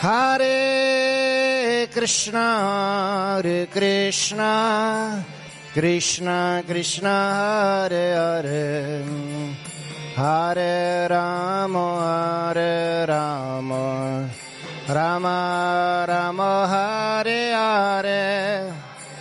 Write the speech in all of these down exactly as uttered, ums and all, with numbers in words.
Hare Krishna, Hare Krishna, Krishna Krishna, Hare Hare, Hare Rama, Hare Rama, Rama Rama, Hare Hare.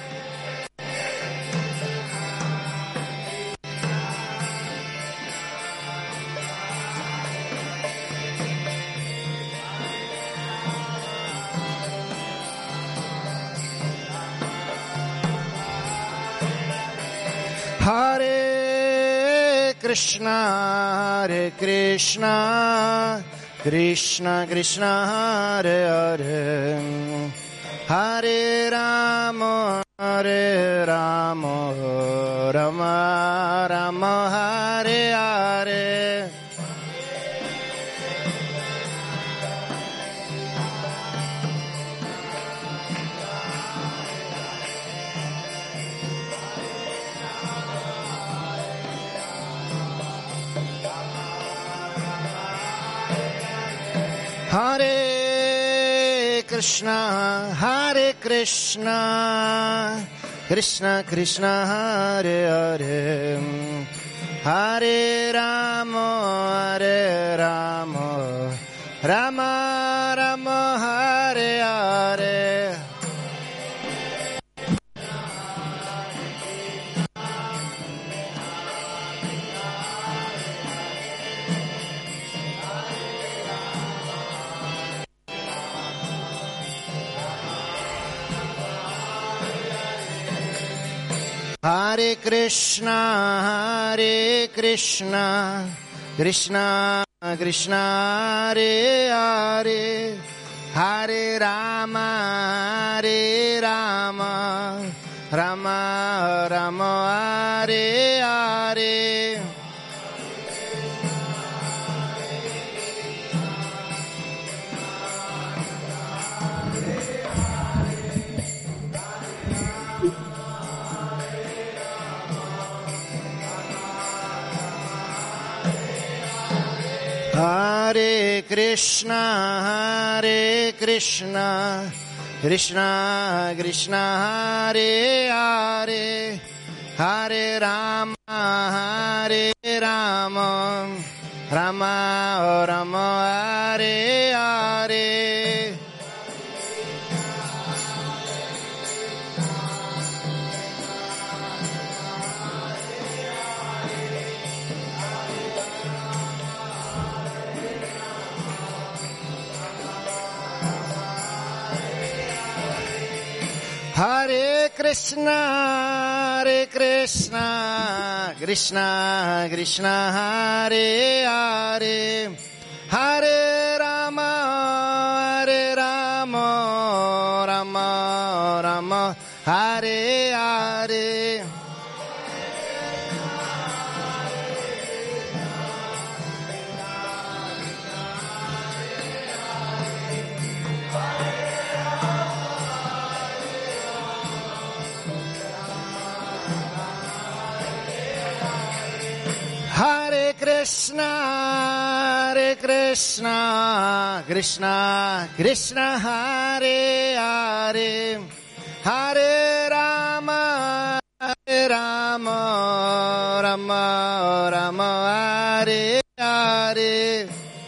Hare Krishna, Hare Krishna, Krishna Krishna, Hare Hare, Hare Rama, Hare Rama, Rama Rama, Hare Hare. Hare Krishna, Hare Krishna, Krishna Krishna, Hare Hare, Hare Rama, Hare Rama, Rama Rama, Hare Hare. Hare Krishna, Hare Krishna, Krishna Krishna, Hare Hare, Hare Rama, Hare Rama, Rama Rama, Hare Hare. Hare Krishna, Hare Krishna, Krishna Krishna, Hare Hare, Hare Rama, Hare Rama, Rama Rama, Hare Hare. Hare Krishna, Hare Krishna, Krishna Krishna, Hare Hare, Hare Rama, Hare Rama, Rama Rama, Hare Hare. Hare Krishna, Hare Krishna, Krishna Krishna, Hare Hare, Hare Rama, Hare Rama, Rama Rama, Hare Hare.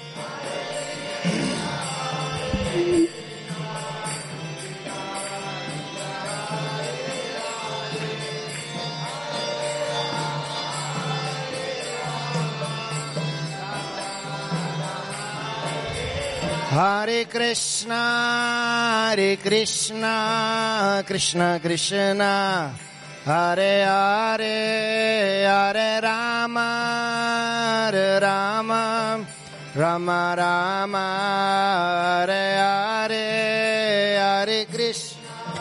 Hare Krishna, Hare Krishna, Krishna Krishna, Hare Hare, Hare Rama, Hare Rama, Rama Rama, Hare Hare, Hare Krishna.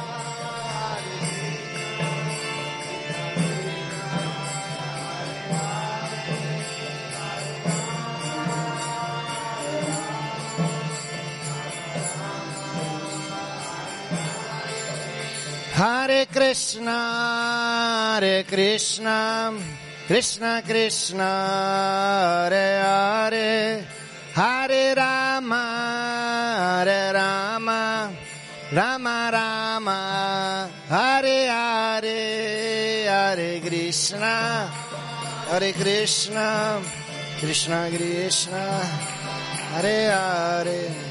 Hare Krishna, Hare Krishna, Krishna Krishna, Hare Hare, Hare Rama, Hare Rama, Rama Rama, Hare Hare, Hare Krishna, Hare Krishna, Krishna Krishna, Hare Hare.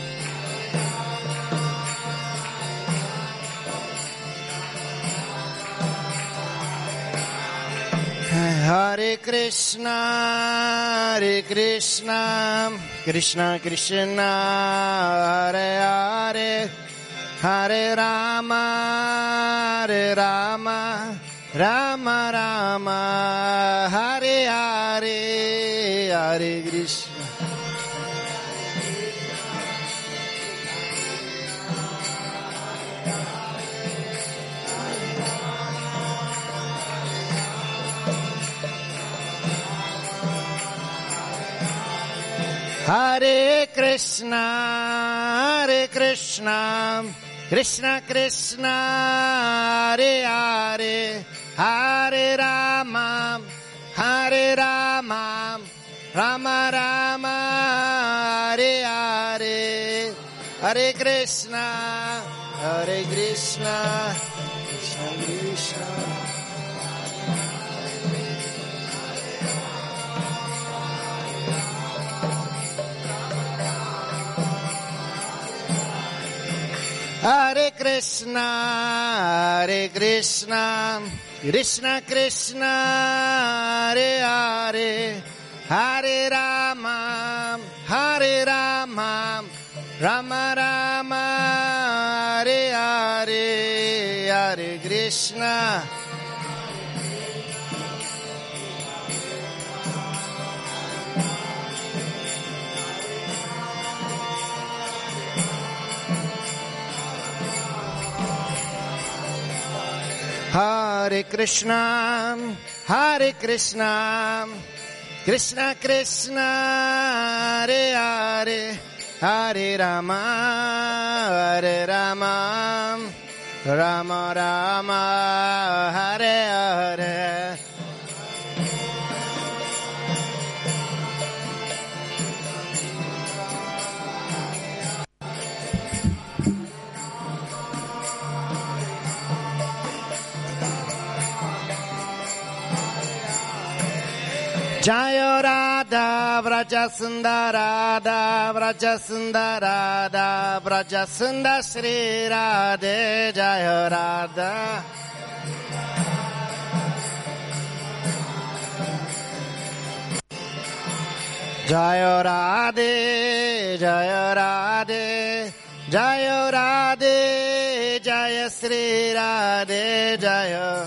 Hare Krishna, Hare Krishna, Krishna Krishna, Hare Hare, Hare Rama, Hare Rama, Rama Rama, Hare Hare, Hare Krishna. Hare Krishna, Hare Krishna, Krishna Krishna, Hare Hare, Hare Rama, Hare Rama, Rama Rama, Hare Hare, Hare Krishna, Hare Krishna, Krishna Krishna. Hare Krishna, Hare Krishna, Krishna Krishna, Hare Hare, Hare Rama, Hare Rama, Rama Rama, Hare Hare, Hare Krishna. Hare Krishna, Hare Krishna, Krishna Krishna, Hare Hare, Hare Rama, Hare Rama, Rama Rama, Hare Hare. Jaya Radha Vraja Sundarada Vraja Sundarada Vraja Sundar Shri Radhe Jaya Radha. Jaya Radhe Jaya Radhe Jaya Radhe Jaya Shri Radhe Jaya.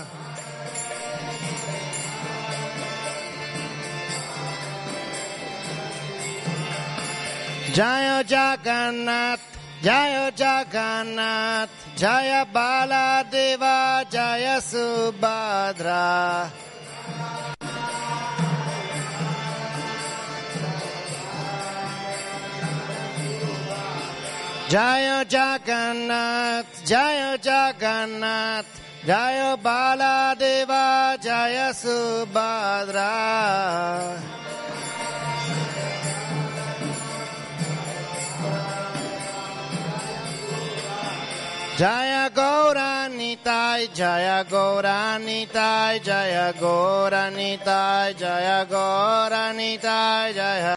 Jaya Jagannath, Jaya Jagannath, Jaya Baladeva, Jaya Subhadra. Jaya Jagannath, Jaya Jagannath, Jaya Baladeva, Jaya Subhadra. Jaya Gauranitai, Jaya Gauranitai, Jaya Gauranitai, Jaya Gauranitai, Jaya.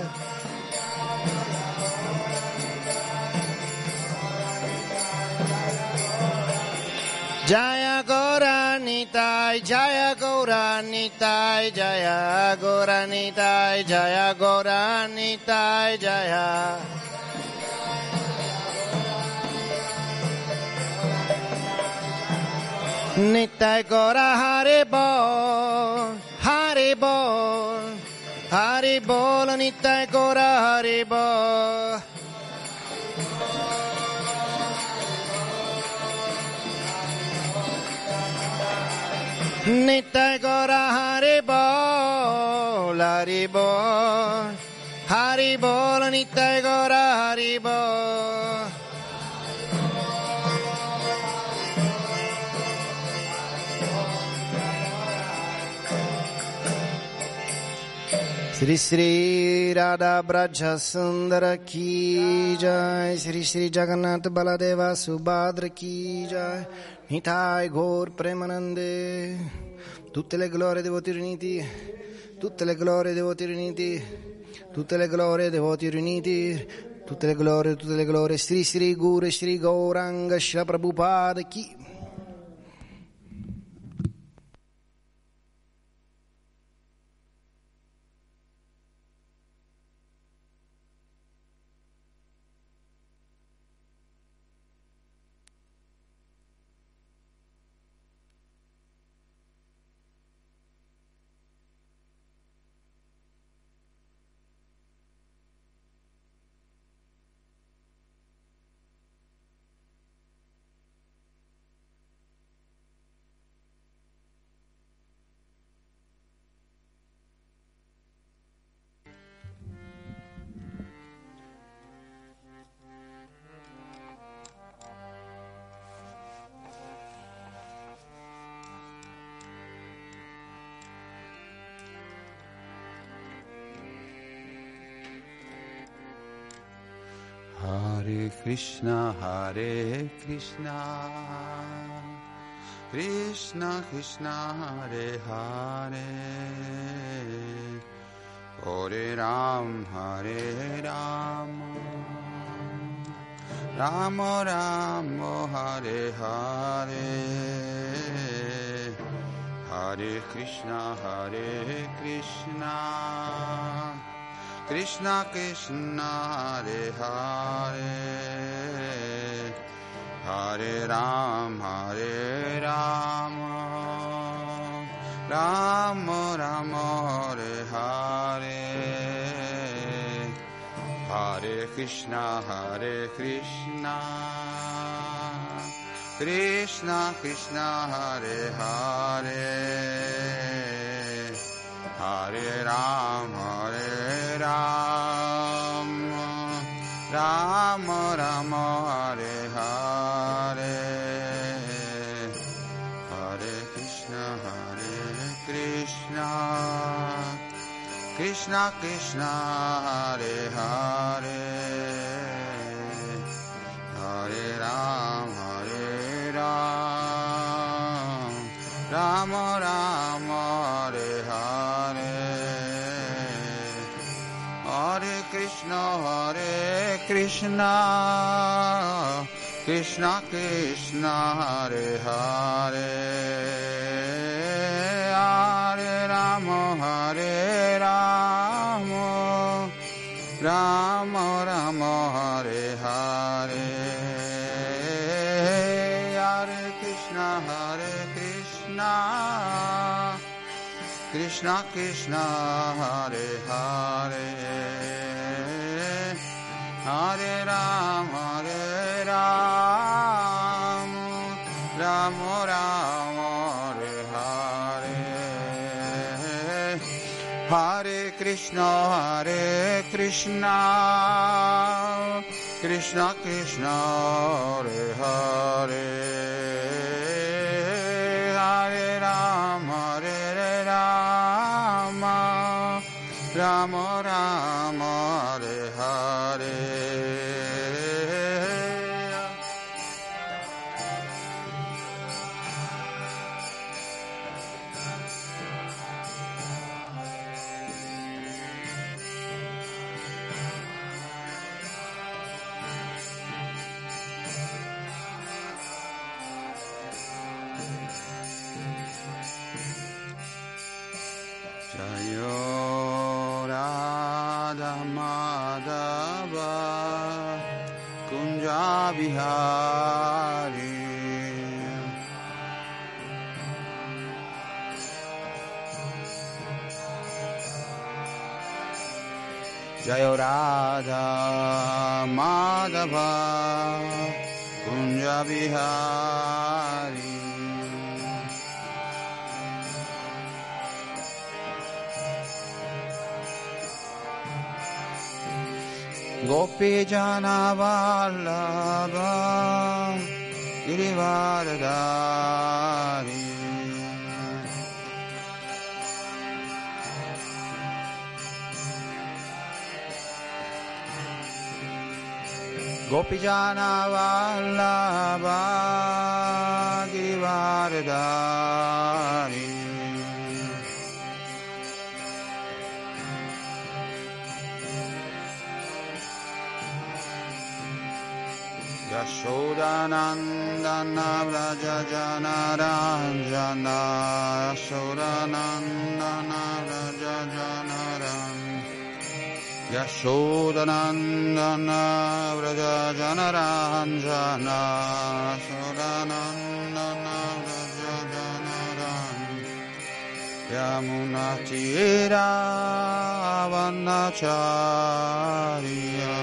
Jaya Gauranitai, Jaya Gauranitai, Jaya Gauranitai, Jaya Gauranitai, Jaya. Nitai Gora Hare Bol, Hare Bol, Hare Bol, Nitai Gora Hare Bol. Nitai Gora Hare Bol, Hare Bol, Hare Bol, Nitai Gora Hare Bol. Sri Sri Radha Braja Sundara Ki Jai, Sri Sri Jagannath Baladeva Subhadra Ki Jai, Nitai Gaur Premanande, tutte le glorie dei voti riuniti, tutte le glorie dei voti riuniti, tutte le glorie dei voti riuniti, tutte le glorie, tutte le glorie, Sri Sri Guru Sri Gauranga Shri Prabhupada Ki. Hare Krishna, Hare Krishna, Krishna Krishna, Hare Hare, Hare Ram, Hare Ram, Ram Ram, Hare Hare, Hare Krishna, Hare Krishna, Krishna Krishna, Hare Hare, Hare Ram, Hare Ram, Ram Ram, Hare Hare, Hare Krishna, Hare Krishna, Krishna Krishna, Hare Hare, Hare Ram, Hare Ram, Ram Ram, Hare Hare, Hare Krishna, Hare Krishna, Krishna Krishna, Hare Hare, Hare Ram, Hare Ram, Ram Ram, Hare Hare, Hare Krishna, Hare Krishna, Krishna Krishna, Hare Hare, Hare Rama, Hare Rama, Rama Rama, Hare Hare, Hare Krishna, Hare Krishna, Krishna Krishna, Hare Hare, Hare Ram, Hare Ram, Ram Ram, Hare Hare, Hare Krishna, Hare Krishna, Krishna Krishna, Hare Hare, Hare Ram, Hare Rama, Rama Rama, Hare Hare. Jayo Radha Madhava Kunja Bihari, Jayo Radha Madhava Kunja Bihari, Gopi Jana Vallabha Girivaradari, Gopijana Vallabha Girivaradari Yashodanandana Vraja Janaranjana Yashodanandana Vraja Janaranjana Yashodanandana Vraja Janaranjana Yashodanandana Vraja Janaranjana Yamunatira Vanachari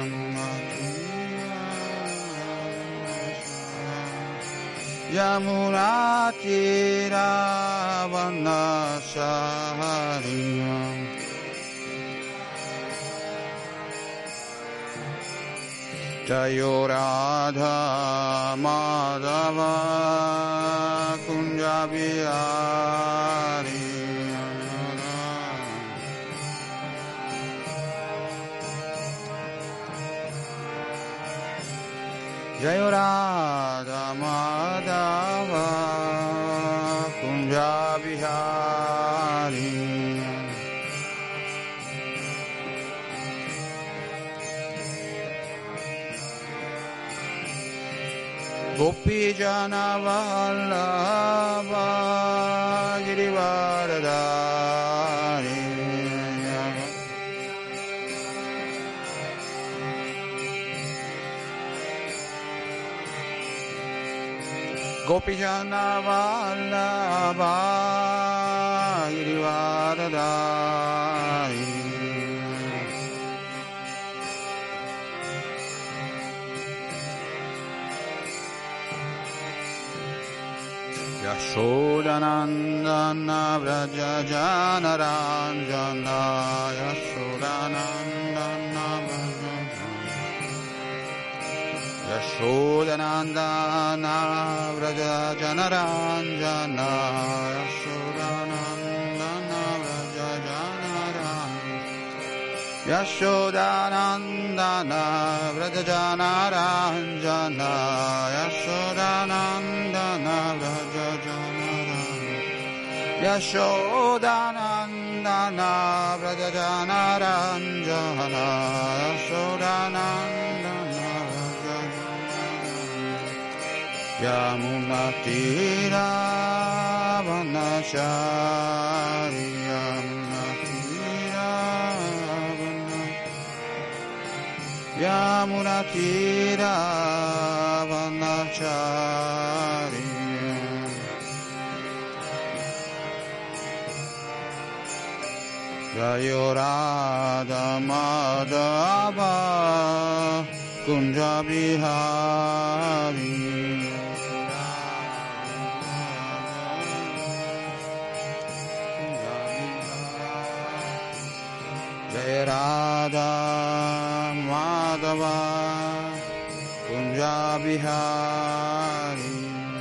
Yamunatira Vanachari Jayo Radha Madhava Kunja Bihari Jayo Radha Madhava Kunja Bihari Gopijana Vallabha Girivaradari Gopijana Vallabha Girivaradari Yashodanandana Vraja Janaranjana Yashodanandana Vraja Yashodanandana Vraja Janaranjana Yashodanandana Vraja Janaranjana Yashodanandana Vraja Janaranjana Yashodanandana Vraja Yashodanandana Vraja Janaranjana Yashodanandana Vraja Yamunatira Vanachari Yamunatira Yamunatira Vanachari Jayo Radha Madhava Kunja Bihari Jaya Radha Madhava Kunja Bihari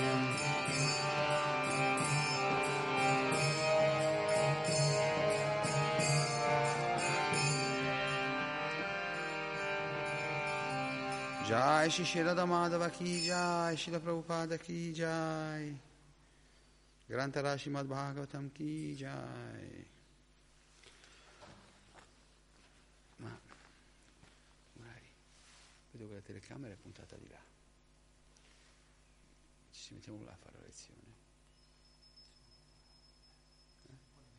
Jai Shri Shri Radha Madhava Ki Jai, Shri Prabhupada Ki Jai, Grantara Srimad Bhagavatam Ki Jai. Ma magari vedo che la telecamera è puntata di là. Ci mettiamo là a fare la lezione. Eh?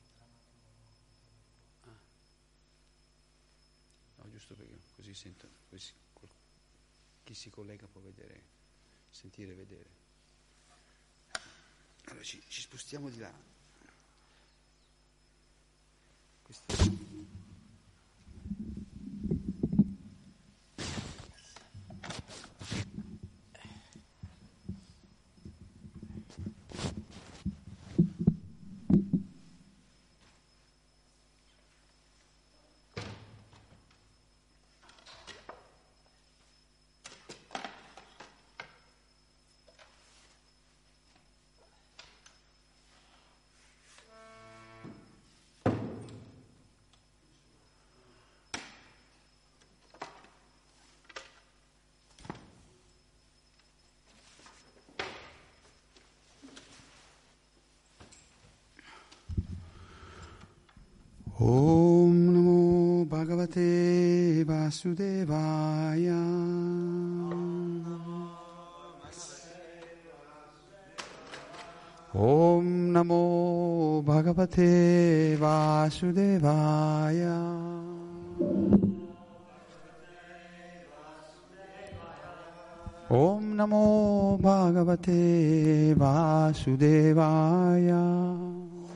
Ah. No, giusto perché così sento, così chi si collega può vedere, sentire e vedere. Allora ci, ci spostiamo di là. Questi... Vasudevaya. Om Namo Bhagavate Vasudevaya. Om Namo Bhagavate Vasudevaya.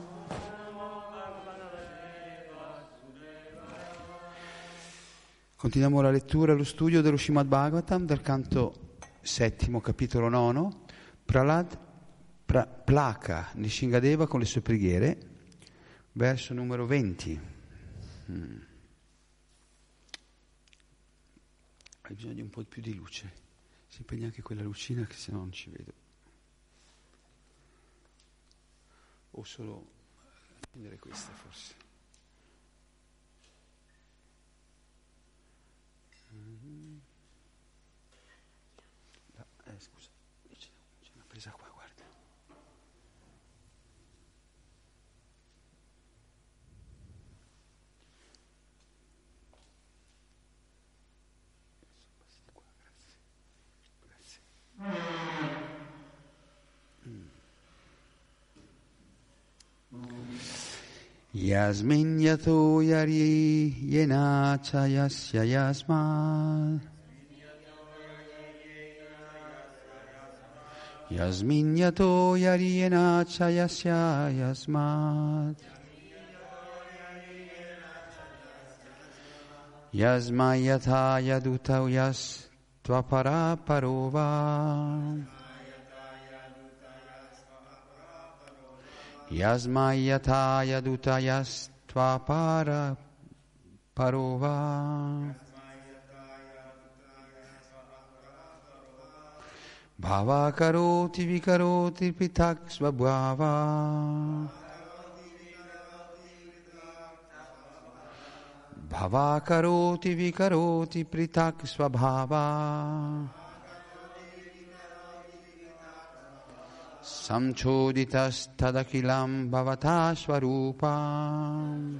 Continuiamo la lettura e lo studio dello Srimad Bhagavatam dal canto settimo, capitolo nono. Prahlad pra, placa Nishingadeva con le sue preghiere, verso numero venti. Hmm. Hai bisogno di un po' più di luce. Si impegna anche quella lucina che se no non ci vedo. O solo prendere questa forse. Eh, scusa, c'è una presa qua, guarda. Qua, grazie. Grazie. Yasmin yato yari yena cha yasya yasmat. Yasmin yato yariyena cha yasya yasmat. Yasmayata yaduta yas tvapara parova. Yasmayata yaduta yas tvapara parova. Bhava karoti vikaroti pitak svabhava. Bhava karoti vikaroti pritak svabhava. Samchoditas tadakilam bhavata swarupam.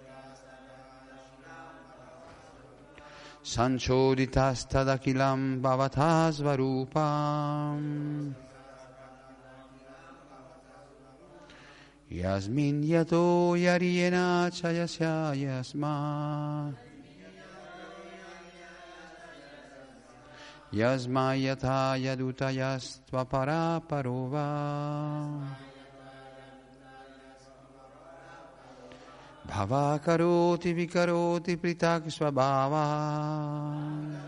Sanchoditas tadakilam bhavata svarupam. Yasmin yato yariyena cha yasya yasma. Yasmayata yaduta yastva para parova. Bhava karoti vikaroti pritak svabhava.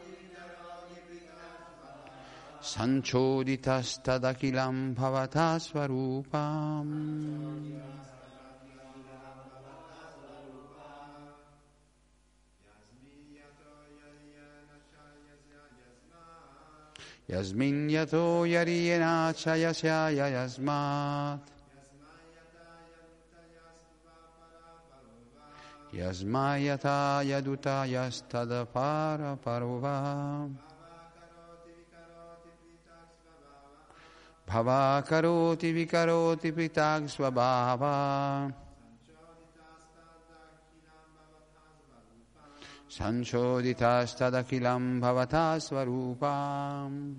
Sanchoditas tadakilam bhavata svarupam. Yasmin yato yariyena cha yasya yasmat. Yasmayata yaduta yastada para parova. Bhava karoti vikaroti pritak svabhava. Sanchoditas tadakilam bhavata svarupam.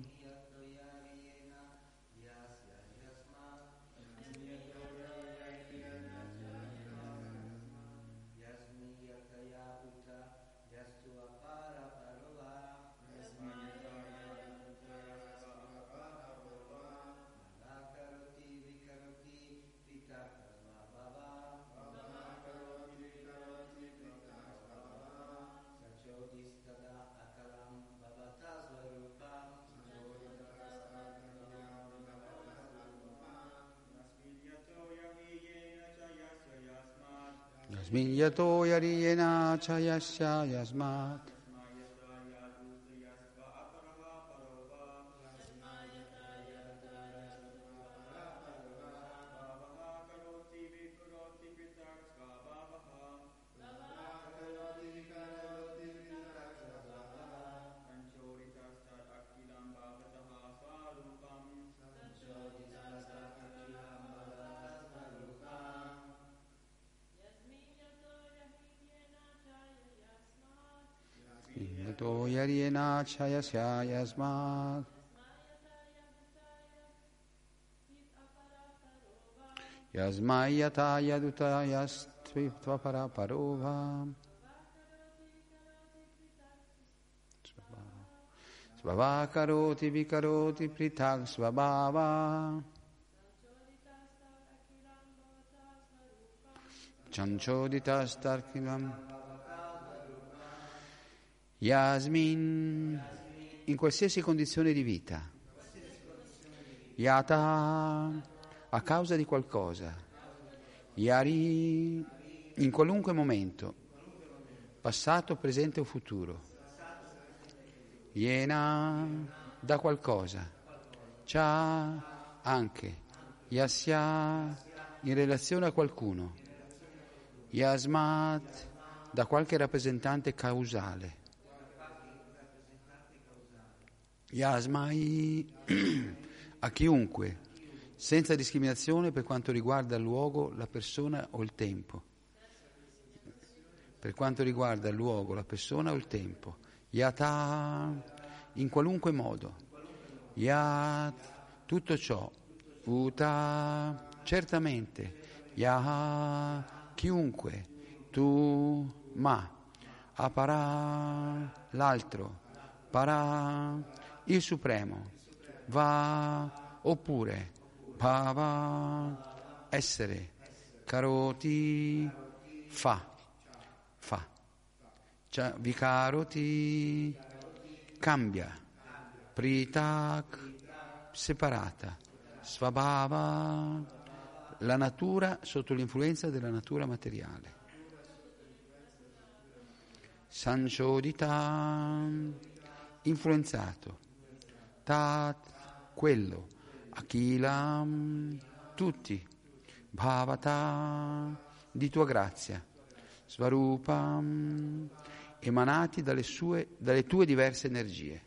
Yasmin yato yariyena cha yasya yasmat. To Yariena Chayasya Yasmat Yasmayata Yaduta Yastvitva Paraparova Svabha Karoti Vikaroti Pritag Svabhava Chanchoditas Tarkilam Yasmin, in qualsiasi condizione di vita, Yata, a causa di qualcosa, Yari, in qualunque momento, passato, presente o futuro, Yena, da qualcosa, Cha, anche, Yasya, in relazione a qualcuno, Yasmat, da qualche rappresentante causale, Yasmai, a chiunque, senza discriminazione per quanto riguarda il luogo, la persona o il tempo. Per quanto riguarda il luogo, la persona o il tempo. Yata, in qualunque modo. Yat, tutto ciò. Uta, certamente. Yaha, chiunque. Tu, ma. Apara, l'altro. Para, il Supremo, va, oppure, bhava, essere, karoti, fa, fa, cioè, vikaroti, cambia, pritak, separata, svabhava, la natura sotto l'influenza della natura materiale, sanchodita, influenzato, tat, quello, akilam, tutti, bhavata, di tua grazia, svarupam, emanati dalle, sue, dalle tue diverse energie.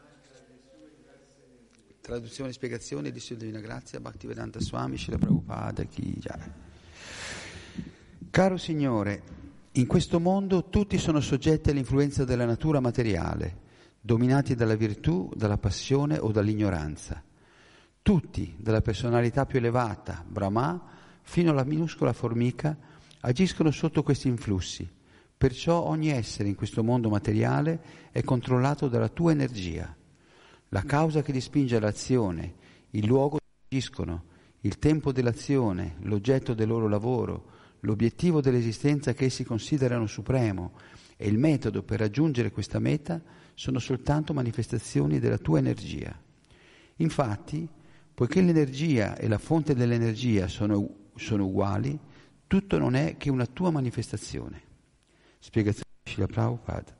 Traduzione e spiegazione di Sua Divina Grazia, Bhaktivedanta Swami Srila Prabhupada Ki Jai. Caro Signore, in questo mondo tutti sono soggetti all'influenza della natura materiale, dominati dalla virtù, dalla passione o dall'ignoranza. Tutti, dalla personalità più elevata, Brahma, fino alla minuscola formica, agiscono sotto questi influssi. Perciò ogni essere in questo mondo materiale è controllato dalla tua energia. La causa che li spinge all'azione, il luogo dove agiscono, il tempo dell'azione, l'oggetto del loro lavoro, l'obiettivo dell'esistenza che essi considerano supremo e il metodo per raggiungere questa meta sono soltanto manifestazioni della tua energia. Infatti, poiché l'energia e la fonte dell'energia sono, sono uguali, tutto non è che una tua manifestazione. Spiegazione di Srila Prabhupada.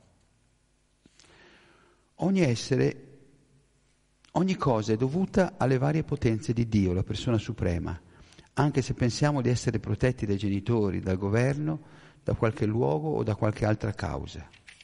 Ogni essere, ogni cosa è dovuta alle varie potenze di Dio, la persona suprema, anche se pensiamo di essere protetti dai genitori, dal governo, da qualche luogo o da qualche altra causa.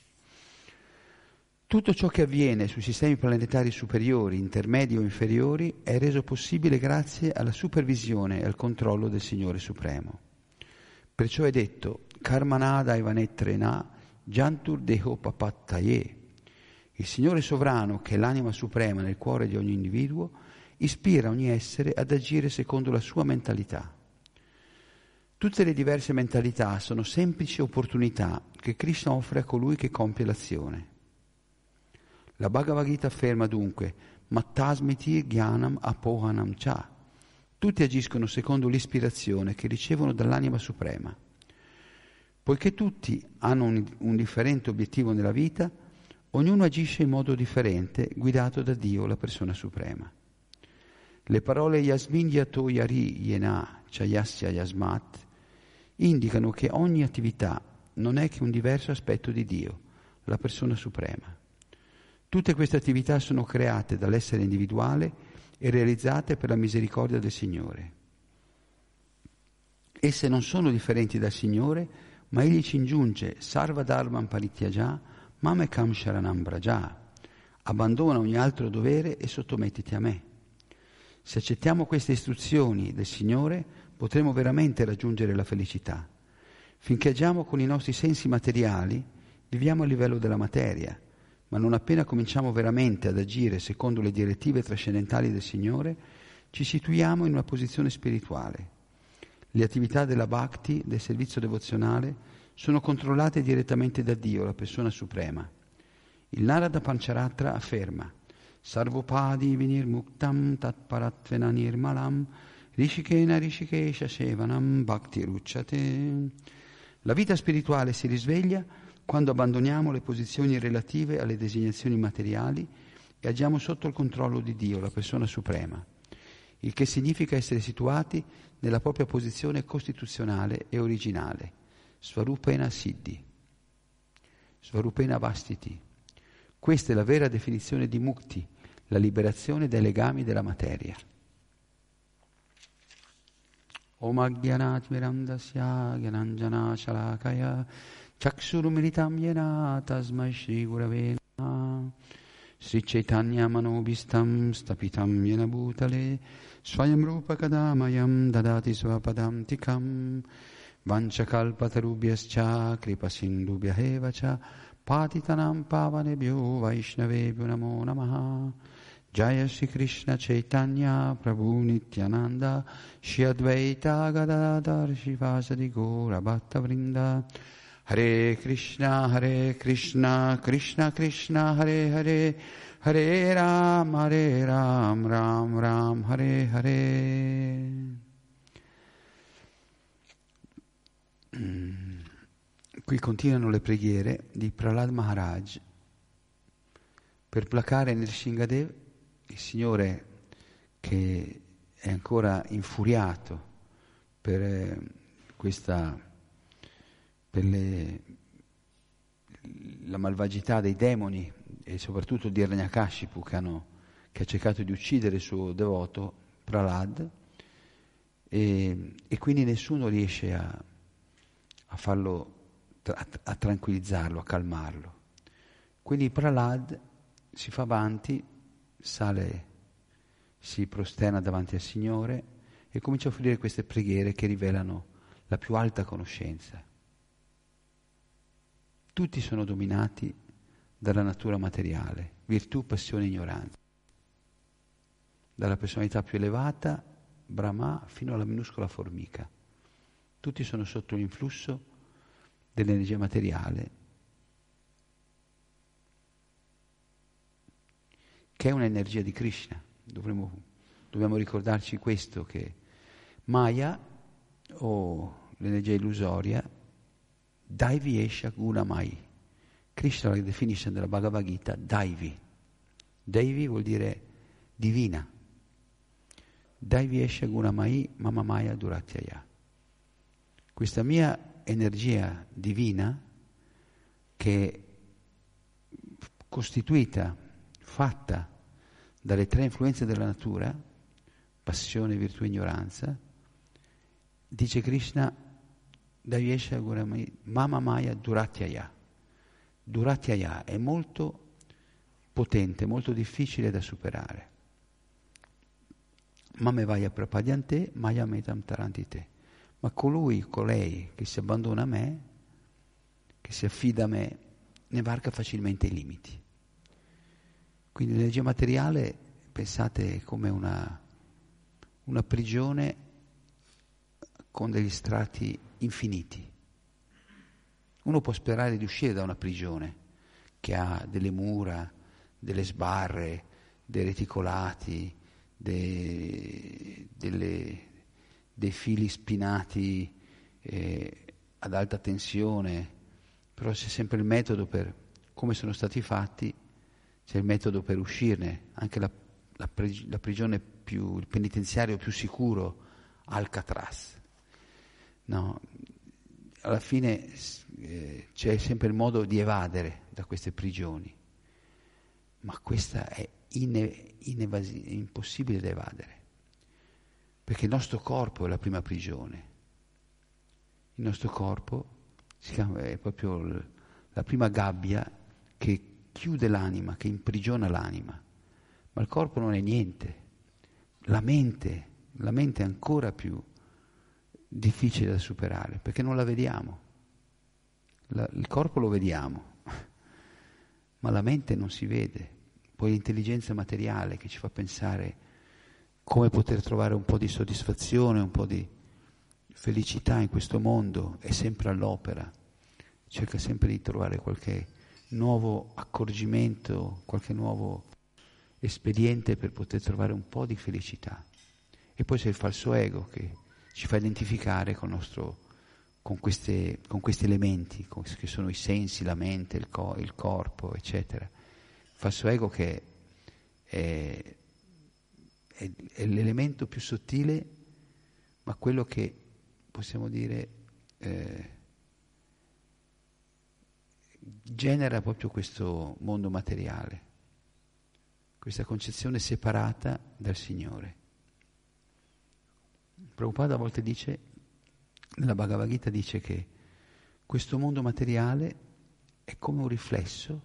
Tutto ciò che avviene sui sistemi planetari superiori, intermedi o inferiori è reso possibile grazie alla supervisione e al controllo del Signore Supremo. Perciò è detto Karmana Daivanetrena Jantur Deho Papattaye. Il Signore Sovrano, che è l'anima suprema nel cuore di ogni individuo, ispira ogni essere ad agire secondo la sua mentalità. Tutte le diverse mentalità sono semplici opportunità che Krishna offre a colui che compie l'azione. La Bhagavad Gita afferma dunque Mattasmiti Gyanam Apohanam Cha. Tutti agiscono secondo l'ispirazione che ricevono dall'anima suprema. Poiché tutti hanno un, un differente obiettivo nella vita, ognuno agisce in modo differente, guidato da Dio, la persona suprema. Le parole Yasmin Yato Yari Yena Chayasya Yasmat indicano che ogni attività non è che un diverso aspetto di Dio, la persona suprema. Tutte queste attività sono create dall'essere individuale e realizzate per la misericordia del Signore. Esse non sono differenti dal Signore, ma Egli ci ingiunge Sarva Dharman Parityaja Mamekam Sharanam Braja. Abbandona ogni altro dovere e sottomettiti a me. Se accettiamo queste istruzioni del Signore, potremo veramente raggiungere la felicità. Finché agiamo con i nostri sensi materiali, viviamo a livello della materia. ma non appena cominciamo veramente ad agire secondo le direttive trascendentali del Signore, ci situiamo in una posizione spirituale. Le attività della bhakti, del servizio devozionale, sono controllate direttamente da Dio, la persona suprema. Il Narada Pancharatra afferma: Sarvopadi vinir muktam tatparatvena nirmalam rishikena rishikesha sevanam bhakti rucciate. La vita spirituale si risveglia quando abbandoniamo le posizioni relative alle designazioni materiali e agiamo sotto il controllo di Dio, la persona suprema, il che significa essere situati nella propria posizione costituzionale e originale, Svarupena Siddhi, Svarupena Vastiti. Questa è la vera definizione di Mukti, la liberazione dai legami della materia. Om Agyanat Mirandasya Gyananjana Shalakaya Chaksurumilitam Yena Tasmai Shri Gurave Namaha Sri Chaitanya Manobhistam Stapitam Yena Bhutale Swayam Rupa Kadamayam Dadati Swapadam Tikam Vanchakalpatarubhyascha Kripasindubhya Cha Patitanam Pavanebhyo Vaishnavebhyo Namo Namaha Jaya Sri Krishna Chaitanya Prabhu Nityananda Shri Advaita Gadadhar Shivasadi Gaura Bhatta Vrinda Hare Krishna Hare Krishna Krishna Krishna Hare Hare Hare Ram Hare Ram Ram Ram Hare Hare. Qui continuano le preghiere di Prahlad Maharaj per placare Nrsingadev, il Signore che è ancora infuriato per eh, questa, per le, la malvagità dei demoni e soprattutto di Hiranyakashipu che, hanno, che ha cercato di uccidere il suo devoto Prahlad, e, e quindi nessuno riesce a, a farlo, a, a tranquillizzarlo, a calmarlo. Quindi Prahlad si fa avanti, sale, si prosterna davanti al Signore e comincia a offrire queste preghiere che rivelano la più alta conoscenza. Tutti sono dominati dalla natura materiale, virtù, passione e ignoranza. Dalla personalità più elevata, Brahma, fino alla minuscola formica. Tutti sono sotto l'influsso dell'energia materiale, che è un'energia di Krishna. Dovremmo, dobbiamo ricordarci questo, che Maya, o l'energia illusoria, Daivi Esha Guna Mai. Krishna la definisce nella Bhagavad Gita Daivi. Daivi vuol dire divina. Daivi Esha Guna Mai Mama Maya Duratyaya. Questa mia energia divina, che è costituita, fatta dalle tre influenze della natura, passione, virtù e ignoranza, dice Krishna, Daivyesha Guramai, Mama Maya Duratyaya. Duratyaya è molto potente, molto difficile da superare. Mame Vaya Prapadyante, Maya Metam Tarantite. Ma colui, colei che si abbandona a me, che si affida a me, ne varca facilmente i limiti. Quindi l'energia materiale, pensate, è come una, una prigione con degli strati infiniti. Uno può sperare di uscire da una prigione che ha delle mura, delle sbarre, dei reticolati, dei, delle, dei fili spinati eh, ad alta tensione, però c'è sempre il metodo per, come sono stati fatti, c'è il metodo per uscirne. Anche la, la, la prigione più, il penitenziario più sicuro, Alcatraz. No, alla fine eh, c'è sempre il modo di evadere da queste prigioni, ma questa è ine, inevasi- è impossibile da evadere, perché il nostro corpo è la prima prigione. Il nostro corpo si chiama, è proprio l, la prima gabbia che chiude l'anima, che imprigiona l'anima, ma il corpo non è niente. La mente, la mente è ancora più difficile da superare, perché non la vediamo. La, il corpo lo vediamo, ma la mente non si vede. Poi l'intelligenza materiale che ci fa pensare come poter trovare un po' di soddisfazione, un po' di felicità in questo mondo, è sempre all'opera, cerca sempre di trovare qualche nuovo accorgimento, qualche nuovo espediente per poter trovare un po' di felicità. E poi c'è il falso ego che ci fa identificare con, nostro, con, queste, con questi elementi, con, che sono i sensi, la mente, il, co, il corpo, eccetera. Il falso ego che è, è, è l'elemento più sottile, ma quello che possiamo dire eh, genera proprio questo mondo materiale, questa concezione separata dal Signore. Prabhupada a volte dice, nella Bhagavad Gita dice che questo mondo materiale è come un riflesso,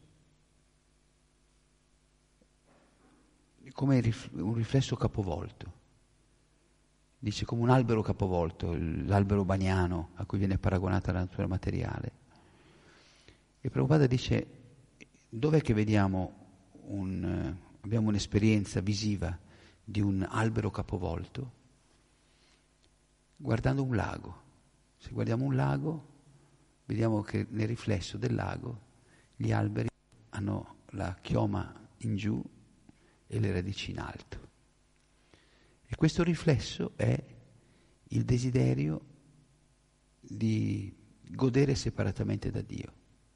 come un riflesso capovolto. Dice come un albero capovolto, l'albero baniano a cui viene paragonata la natura materiale. E Prabhupada dice, dov'è che vediamo un, abbiamo un'esperienza visiva di un albero capovolto? Guardando un lago. Se guardiamo un lago, vediamo che nel riflesso del lago gli alberi hanno la chioma in giù e le radici in alto. E questo riflesso è il desiderio di godere separatamente da Dio,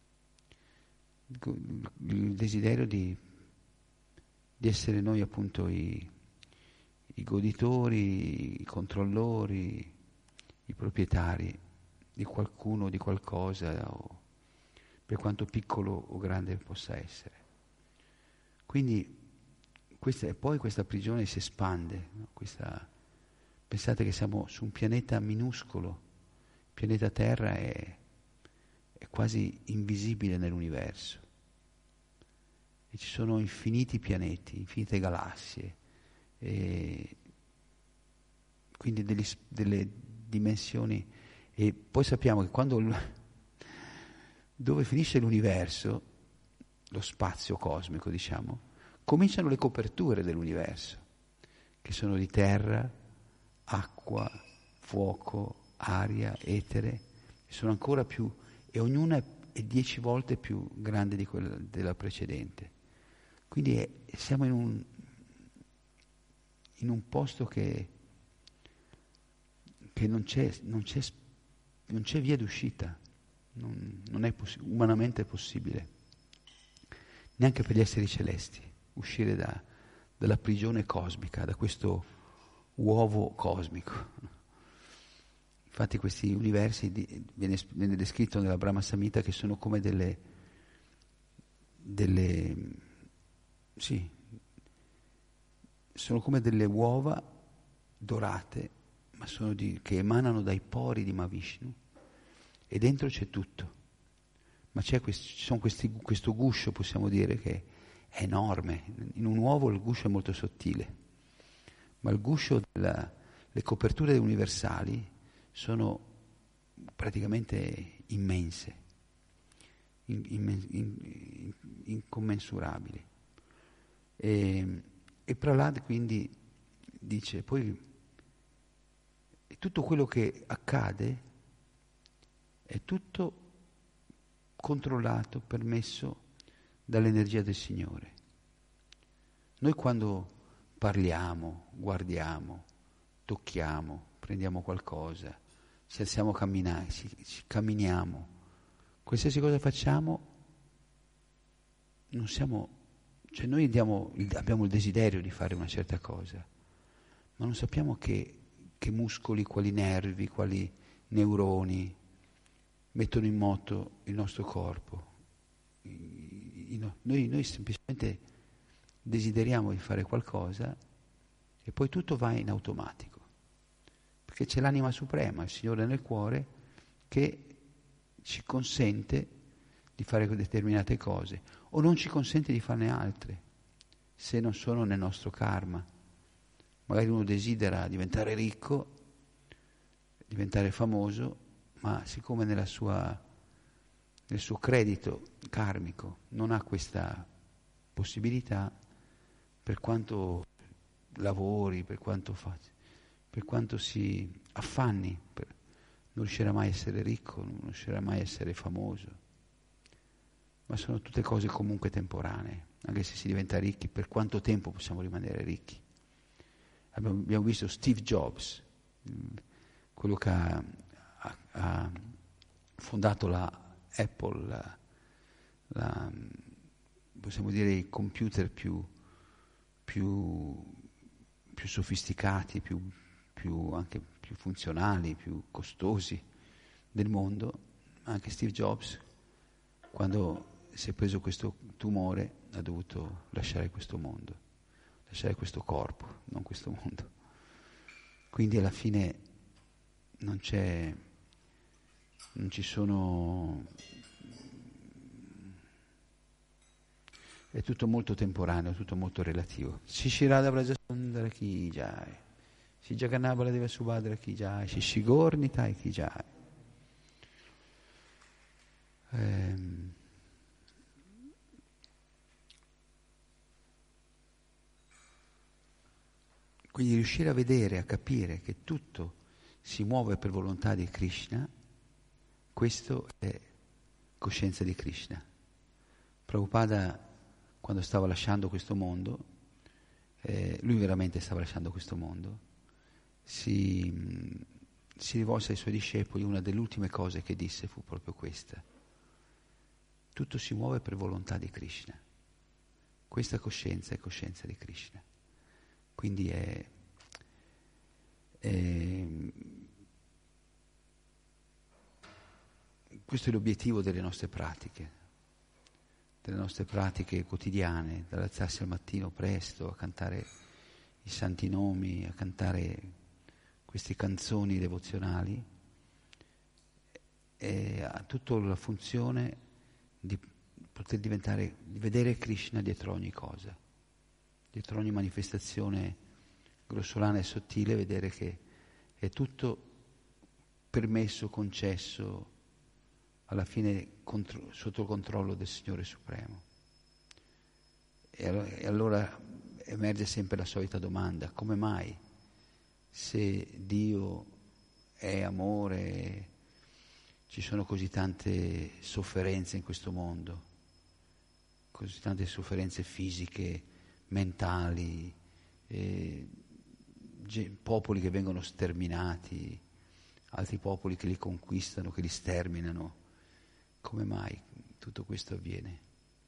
il desiderio di, di essere noi appunto i, i goditori, i controllori, i proprietari di qualcuno, di qualcosa, o per quanto piccolo o grande possa essere. Quindi questa, e poi questa prigione si espande, no? Questa, pensate che siamo su un pianeta minuscolo, il pianeta Terra è, è quasi invisibile nell'universo e ci sono infiniti pianeti, infinite galassie, e quindi delle, delle dimensioni, e poi sappiamo che quando dove finisce l'universo, lo spazio cosmico diciamo, cominciano le coperture dell'universo, che sono di terra, acqua, fuoco, aria, etere, sono ancora più, e ognuna è, è dieci volte più grande di quella della precedente. Quindi è, siamo in un, in un posto che, che non c'è, non c'è, non c'è via d'uscita, non, non è possi- umanamente possibile, neanche per gli esseri celesti, uscire da, dalla prigione cosmica, da questo uovo cosmico. Infatti questi universi di, viene, viene descritto nella Brahma Samhita che sono come delle, delle sì, sono come delle uova dorate, ma sono di, che emanano dai pori di Mahavishnu, e dentro c'è tutto. Ma c'è questi, ci sono questi, questo guscio, possiamo dire, che è enorme. In un uovo il guscio è molto sottile, ma il guscio della, le coperture universali sono praticamente immense, in, in, in, incommensurabili. E, e Prahlad quindi dice, poi tutto quello che accade è tutto controllato, permesso dall'energia del Signore. Noi quando parliamo, guardiamo, tocchiamo, prendiamo qualcosa, ci alziamo a camminare, ci, ci camminiamo, qualsiasi cosa facciamo, non siamo, cioè noi diamo, abbiamo il desiderio di fare una certa cosa, ma non sappiamo che, che muscoli, quali nervi, quali neuroni mettono in moto il nostro corpo. Noi, noi semplicemente desideriamo di fare qualcosa e poi tutto va in automatico, perché c'è l'anima suprema, il Signore nel cuore, che ci consente di fare determinate cose o non ci consente di farne altre se non sono nel nostro karma. Magari uno desidera diventare ricco, diventare famoso, ma siccome nella sua nel suo credito karmico non ha questa possibilità, per quanto lavori, per quanto faccia, per quanto si affanni, per, non riuscirà mai a essere ricco, non riuscirà mai a essere famoso. Ma sono tutte cose comunque temporanee, anche se si diventa ricchi, per quanto tempo possiamo rimanere ricchi? Abbiamo, abbiamo visto Steve Jobs, quello che ha, ha, ha fondato la Apple, la, la, possiamo dire i computer più, più, più sofisticati, più, più, anche più funzionali, più costosi del mondo. Anche Steve Jobs, quando si è preso questo tumore, ha dovuto lasciare questo mondo, lasciare questo corpo, non questo mondo. Quindi alla fine non c'è, non ci sono, è tutto molto temporaneo, tutto molto relativo. Shishirada Vrajasundara Ki Jai, Shri Jagannath Baladeva Subhadra Ki Jai, Shri Gaur Nitai Ki Jai. Ehm. Quindi riuscire a vedere, a capire che tutto si muove per volontà di Krishna, questo è coscienza di Krishna. Prabhupada, quando stava lasciando questo mondo, eh, lui veramente stava lasciando questo mondo, si, si rivolse ai suoi discepoli, una delle ultime cose che disse fu proprio questa: tutto si muove per volontà di Krishna. Questa coscienza è coscienza di Krishna. Quindi è, è questo è l'obiettivo delle nostre pratiche, delle nostre pratiche quotidiane, dall'alzarsi al mattino presto, a cantare i santi nomi, a cantare queste canzoni devozionali, e ha tutta la funzione di poter diventare, di vedere Krishna dietro ogni cosa. Dietro ogni manifestazione grossolana e sottile, vedere che è tutto permesso, concesso, alla fine contro, sotto il controllo del Signore Supremo. E allora, e allora emerge sempre la solita domanda: come mai, se Dio è amore, ci sono così tante sofferenze in questo mondo, così tante sofferenze fisiche, mentali, eh, ge- popoli che vengono sterminati, altri popoli che li conquistano, che li sterminano? Come mai tutto questo avviene?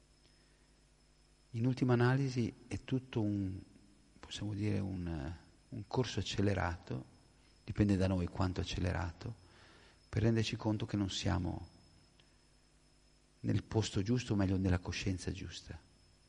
In ultima analisi è tutto un, possiamo dire, un, un corso accelerato, dipende da noi quanto accelerato, per renderci conto che non siamo nel posto giusto, o meglio nella coscienza giusta.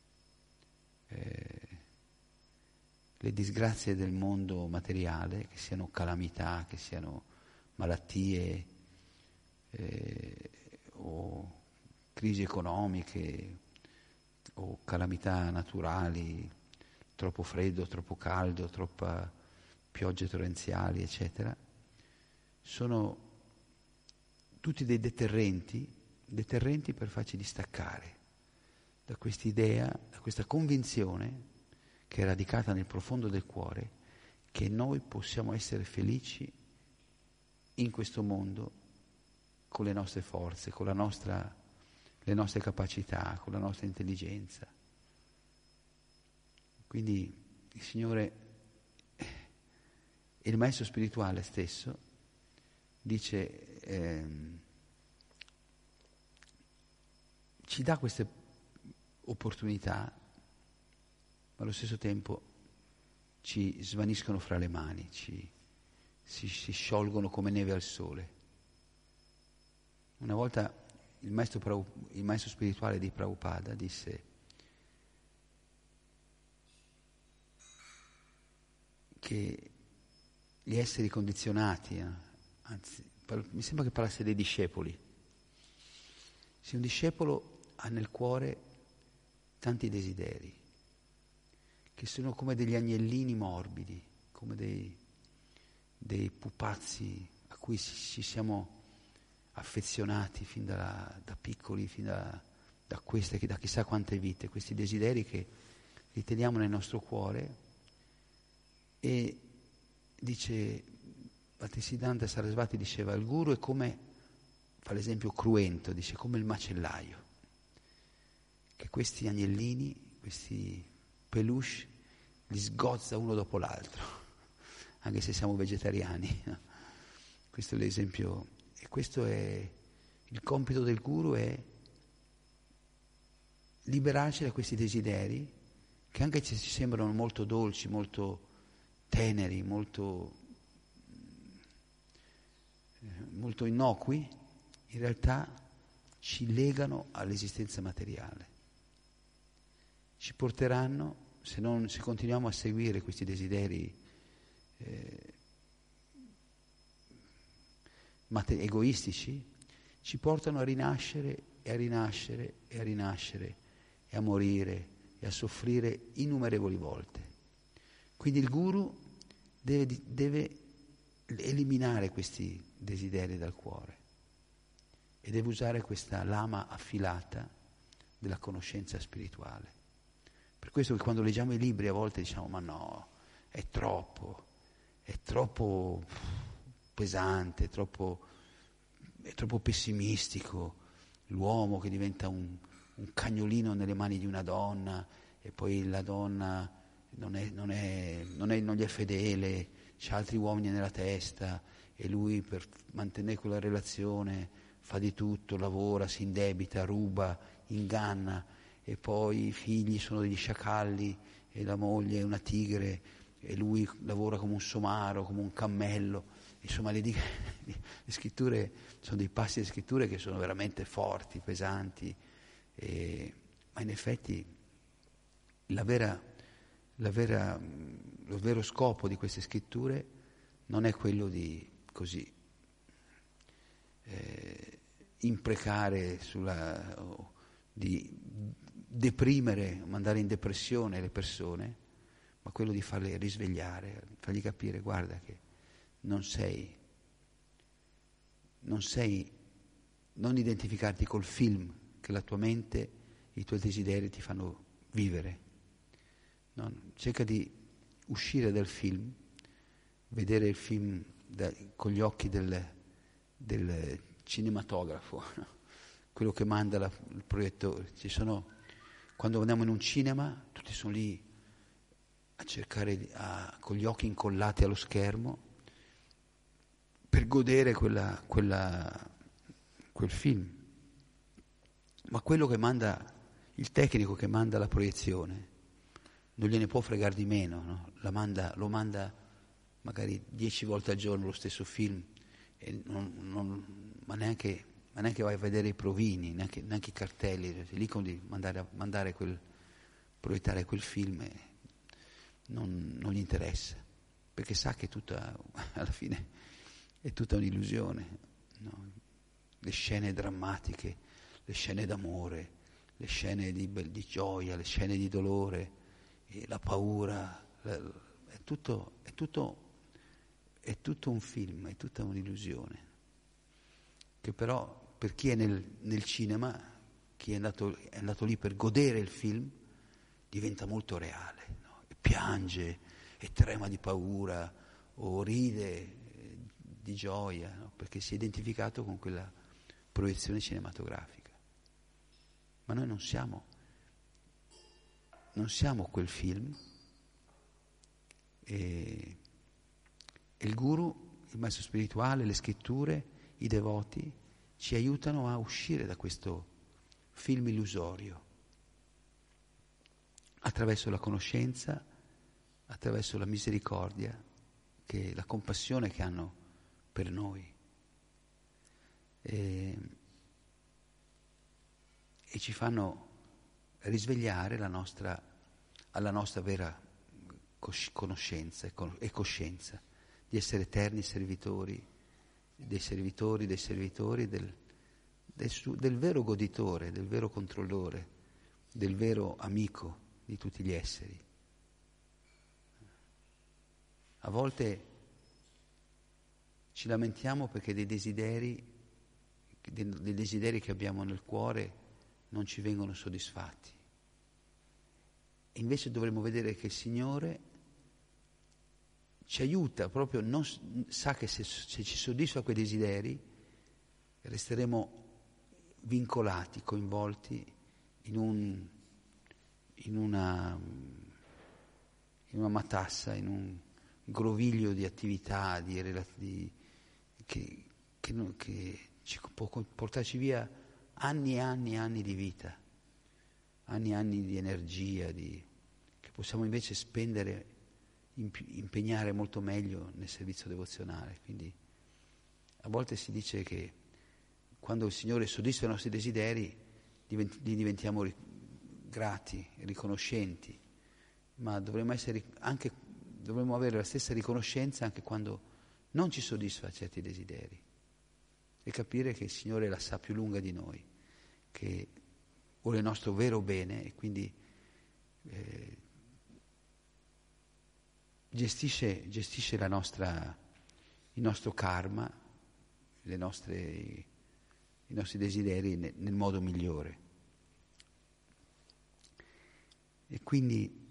Eh, le disgrazie del mondo materiale, che siano calamità, che siano malattie eh, o crisi economiche o calamità naturali, troppo freddo, troppo caldo, troppa piogge torrenziali, eccetera, sono tutti dei deterrenti, deterrenti per farci distaccare da quest'idea, da questa convinzione che è radicata nel profondo del cuore, che noi possiamo essere felici in questo mondo con le nostre forze, con la nostra, le nostre capacità, con la nostra intelligenza. Quindi il Signore e il Maestro spirituale stesso dice, ehm, ci dà queste opportunità, ma allo stesso tempo ci svaniscono fra le mani, ci, si, si sciolgono come neve al sole. Una volta il maestro, il maestro spirituale di Prabhupada disse che gli esseri condizionati, eh, anzi, mi sembra che parlasse dei discepoli, se un discepolo ha nel cuore tanti desideri, che sono come degli agnellini morbidi, come dei, dei pupazzi a cui ci siamo affezionati fin da, da piccoli, fin da, da queste, da chissà quante vite, questi desideri che riteniamo nel nostro cuore. E dice, Bhaktisiddhanta Sarasvati diceva, il guru è come, fa l'esempio cruento, dice, come il macellaio, che questi agnellini, questi peluche, li sgozza uno dopo l'altro, anche se siamo vegetariani. No? Questo è l'esempio, e questo è il compito del guru, è liberarci da questi desideri che anche se ci sembrano molto dolci, molto teneri, molto, molto innocui, in realtà ci legano all'esistenza materiale, ci porteranno, se, non, se continuiamo a seguire questi desideri eh, mate- egoistici, ci portano a rinascere e a rinascere e a rinascere e a morire e a soffrire innumerevoli volte. Quindi il guru deve, deve eliminare questi desideri dal cuore e deve usare questa lama affilata della conoscenza spirituale. Per questo che quando leggiamo i libri a volte diciamo ma no, è troppo, è troppo pesante, è troppo, è troppo pessimistico, l'uomo che diventa un, un cagnolino nelle mani di una donna e poi la donna non, è, non, è, non, è, non gli è fedele, c'ha altri uomini nella testa e lui per mantenere quella relazione fa di tutto, lavora, si indebita, ruba, inganna e poi i figli sono degli sciacalli e la moglie è una tigre e lui lavora come un somaro, come un cammello. Insomma, le, le scritture sono dei passi delle scritture che sono veramente forti, pesanti, e, ma in effetti la vera, la vera, lo vero scopo di queste scritture non è quello di così eh, imprecare sulla, o di deprimere, mandare in depressione le persone, ma quello di farle risvegliare, fargli capire, guarda che non sei, non sei, non identificarti col film che la tua mente, i tuoi desideri ti fanno vivere. No? Cerca di uscire dal film, vedere il film da, con gli occhi del, del cinematografo, no? Quello che manda la, il proiettore. Ci sono, quando andiamo in un cinema, tutti sono lì a cercare, a, con gli occhi incollati allo schermo, per godere quella, quella, quel film. Ma quello che manda, il tecnico che manda la proiezione, non gliene può fregare di meno, no? La manda, lo manda magari dieci volte al giorno lo stesso film, e non, non, ma, neanche, ma neanche vai a vedere i provini, neanche, neanche i cartelli, lì con di mandare, mandare quel, proiettare quel film e non, non gli interessa, perché sa che tutta, alla fine è tutta un'illusione, no? Le scene drammatiche, le scene d'amore, le scene di, di gioia, le scene di dolore, e la paura, è tutto, è, tutto, è tutto un film, è tutta un'illusione, che però per chi è nel, nel cinema, chi è andato, è andato lì per godere il film, diventa molto reale, no? E piange, e trema di paura, o ride di gioia, no? Perché si è identificato con quella proiezione cinematografica. Ma noi non siamo, non siamo quel film, e, e il guru, il maestro spirituale, le scritture, i devoti ci aiutano a uscire da questo film illusorio attraverso la conoscenza, attraverso la misericordia, che la compassione che hanno per noi, e, e ci fanno risvegliare la nostra, alla nostra vera conoscenza e coscienza di essere eterni servitori, dei servitori, dei servitori del, del, del vero goditore, del vero controllore, del vero amico di tutti gli esseri. A volte ci lamentiamo perché dei desideri dei, dei desideri che abbiamo nel cuore non ci vengono soddisfatti. E invece dovremmo vedere che il Signore ci aiuta, proprio non, sa che se, se ci soddisfa quei desideri resteremo vincolati, coinvolti in, un, in, una, in una matassa, in un groviglio di attività di, di, che, che, che ci può portarci via anni e anni e anni di vita, anni e anni di energia, di, che possiamo invece spendere, impegnare molto meglio nel servizio devozionale. Quindi a volte si dice che quando il Signore soddisfa i nostri desideri divent- li diventiamo ri- grati, riconoscenti, ma dovremmo essere anche, dovremmo avere la stessa riconoscenza anche quando non ci soddisfa certi desideri, e capire che il Signore la sa più lunga di noi, che vuole il nostro vero bene e quindi eh, gestisce, gestisce la nostra, il nostro karma, le nostre, i nostri desideri nel, nel modo migliore. E quindi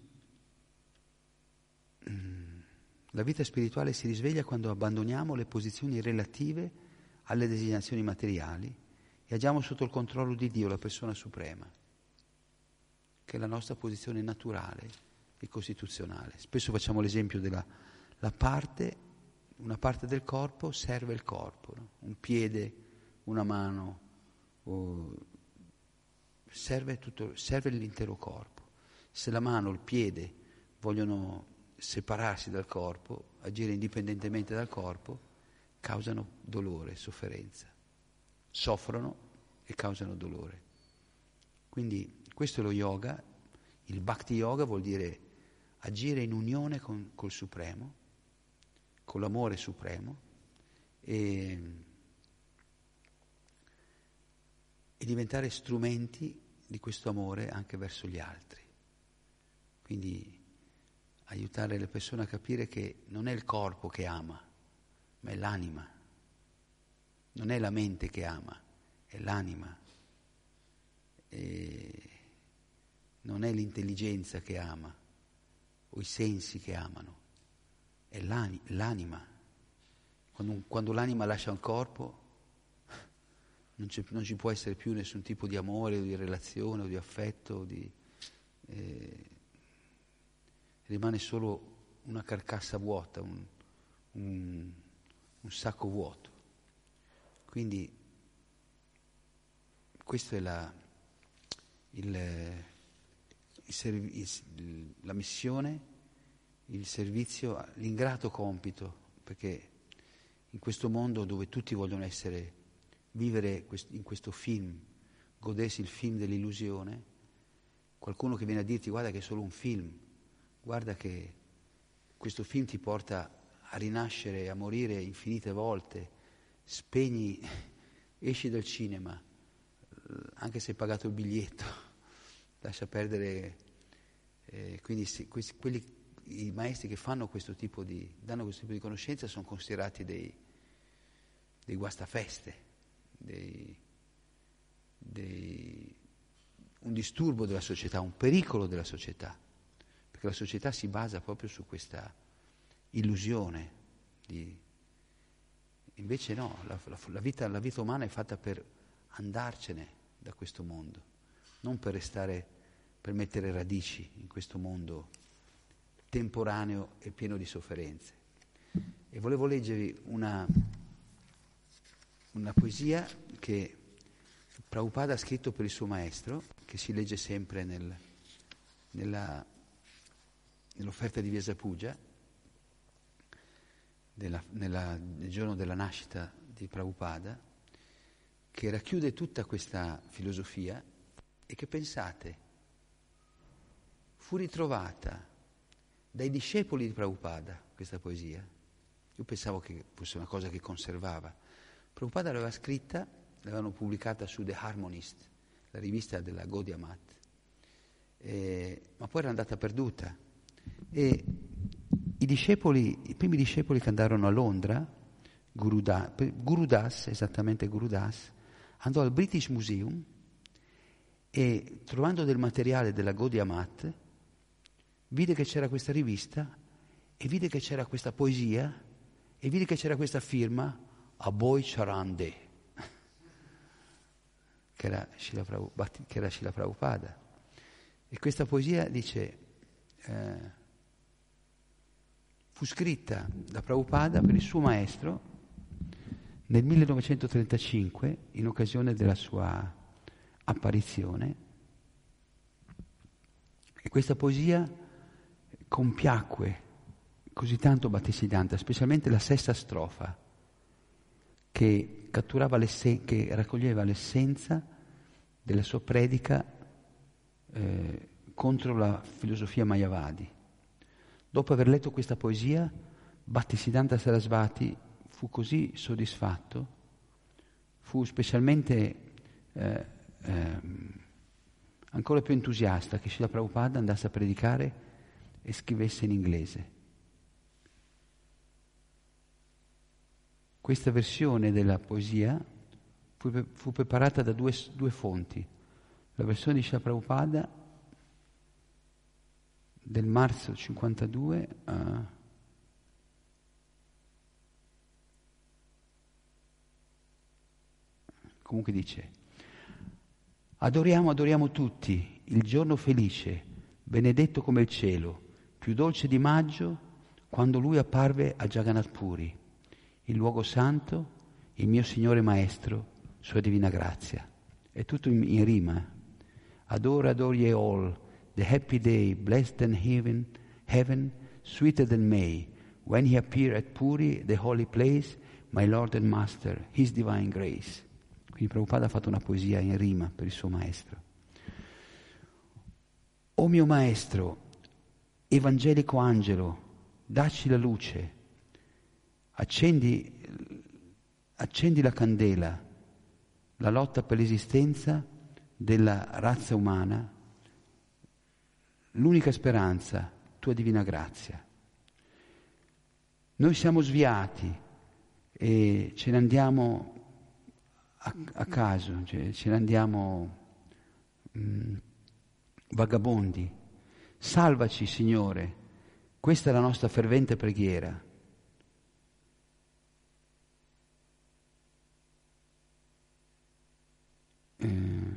mh, la vita spirituale si risveglia quando abbandoniamo le posizioni relative alle designazioni materiali e agiamo sotto il controllo di Dio, la persona suprema, che è la nostra posizione naturale e costituzionale. Spesso facciamo l'esempio della la parte, una parte del corpo serve il corpo, no? Un piede, una mano, o serve, tutto, serve l'intero corpo. Se la mano o il piede vogliono separarsi dal corpo, agire indipendentemente dal corpo, causano dolore, sofferenza, soffrono e causano dolore. Quindi questo è lo yoga. Il Bhakti Yoga vuol dire agire in unione con col Supremo, con l'amore supremo, e, e diventare strumenti di questo amore anche verso gli altri. Quindi aiutare le persone a capire che non è il corpo che ama, ma è l'anima. Non è la mente che ama, è l'anima. E non è l'intelligenza che ama o i sensi che amano, è l'ani- l'anima. Quando, quando l'anima lascia il corpo non, c'è, non ci può essere più nessun tipo di amore o di relazione o di affetto, o di, eh, rimane solo una carcassa vuota, un, un, un sacco vuoto. Quindi questo è la, il, il servi, il, la missione, il servizio, l'ingrato compito, perché in questo mondo dove tutti vogliono essere, vivere quest, in questo film, godersi il film dell'illusione, qualcuno che viene a dirti guarda che è solo un film, guarda che questo film ti porta a rinascere e a morire infinite volte, spegni, esci dal cinema, anche se hai pagato il biglietto, lascia perdere, eh, quindi se, questi, quelli, i maestri che fanno questo tipo di, danno questo tipo di conoscenza sono considerati dei, dei guastafeste, dei, dei, un disturbo della società, un pericolo della società, perché la società si basa proprio su questa illusione di, invece no, la, la, la, vita, la vita umana è fatta per andarcene da questo mondo, non per restare, per mettere radici in questo mondo temporaneo e pieno di sofferenze. E volevo leggervi una, una poesia che Prabhupada ha scritto per il suo maestro, che si legge sempre nel, nella, nell'offerta di Vyasa Puja, della, nella, nel giorno della nascita di Prabhupada, che racchiude tutta questa filosofia e che, pensate, fu ritrovata dai discepoli di Prabhupada, questa poesia. Io pensavo che fosse una cosa che conservava. Prabhupada l'aveva scritta, l'avevano pubblicata su The Harmonist, la rivista della Gaudiya Math, eh, ma poi era andata perduta. E i discepoli, i primi discepoli che andarono a Londra, Guru, da, Guru Das, esattamente Guru Das, andò al British Museum e, trovando del materiale della Gaudiya Math, vide che c'era questa rivista e vide che c'era questa poesia e vide che c'era questa firma Abhay Charan De, che era Srila Prabhupada, che era Srila Prabhupada. E questa poesia dice eh, fu scritta da Prabhupada per il suo maestro nel millenovecentotrentacinque, in occasione della sua apparizione, e questa poesia compiacque così tanto Bhaktisiddhanta, specialmente la sesta strofa, che catturava l'essen- che raccoglieva l'essenza della sua predica eh, contro la filosofia Mayavadi. Dopo aver letto questa poesia, Bhaktisiddhanta Sarasvati fu così soddisfatto, fu specialmente eh, eh, ancora più entusiasta che Srila Prabhupada andasse a predicare e scrivesse in inglese. Questa versione della poesia fu, fu preparata da due, due fonti. La versione di Srila Prabhupada del marzo cinquantadue, uh, comunque dice: adoriamo, adoriamo tutti il giorno felice, benedetto come il cielo, più dolce di maggio, quando lui apparve a Jagannath Puri, il luogo santo, il mio Signore Maestro, Sua Divina Grazia. È tutto in, in rima. Adore, adore ye all, the happy day, blessed than heaven, heaven, sweeter than May, when he appeared at Puri, the holy place, my Lord and Master, His Divine Grace. Quindi Prabhupada ha fatto una poesia in rima per il suo maestro. O mio maestro, evangelico angelo, dacci la luce, accendi, accendi la candela, la lotta per l'esistenza della razza umana, l'unica speranza, tua divina grazia. Noi siamo sviati e ce ne andiamo a, a caso, cioè ce ne andiamo mh, vagabondi. Salvaci, Signore, questa è la nostra fervente preghiera. Eh,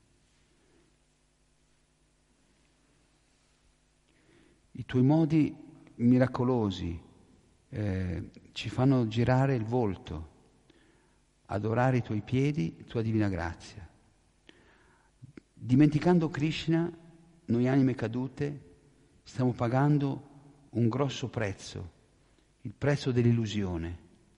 I tuoi modi miracolosi eh, ci fanno girare il volto, adorare i tuoi piedi, tua divina grazia. Dimenticando Krishna, noi anime cadute stiamo pagando un grosso prezzo, il prezzo dell'illusione.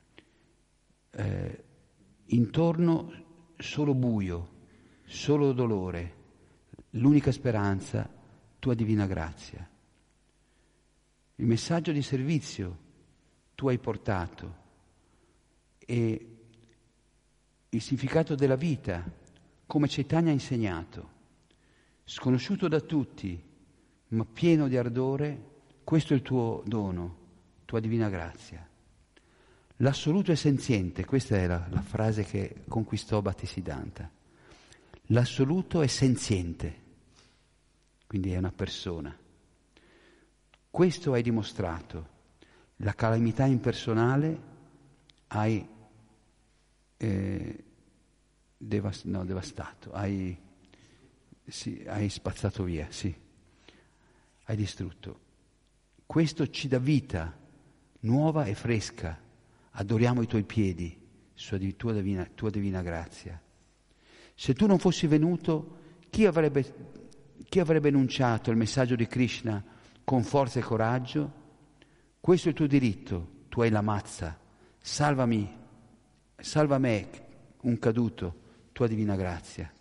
Eh, intorno solo buio, solo dolore, l'unica speranza, tua divina grazia. Il messaggio di servizio tu hai portato e il significato della vita, come Chaitanya ha insegnato, sconosciuto da tutti, ma pieno di ardore, questo è il tuo dono, tua divina grazia. L'assoluto è senziente, questa è la, la frase che conquistò Bhaktisiddhanta. L'assoluto è senziente, quindi è una persona. Questo hai dimostrato. La calamità impersonale hai, eh, devast- no, devastato, hai, sì, hai spazzato via, sì, hai distrutto. Questo ci dà vita nuova e fresca. Adoriamo i tuoi piedi, sua di, tua, divina, tua divina grazia. Se tu non fossi venuto, chi avrebbe, chi avrebbe enunciato il messaggio di Krishna con forza e coraggio? Questo è il tuo diritto, tu hai la mazza. Salvami, salva me, un caduto, tua divina grazia.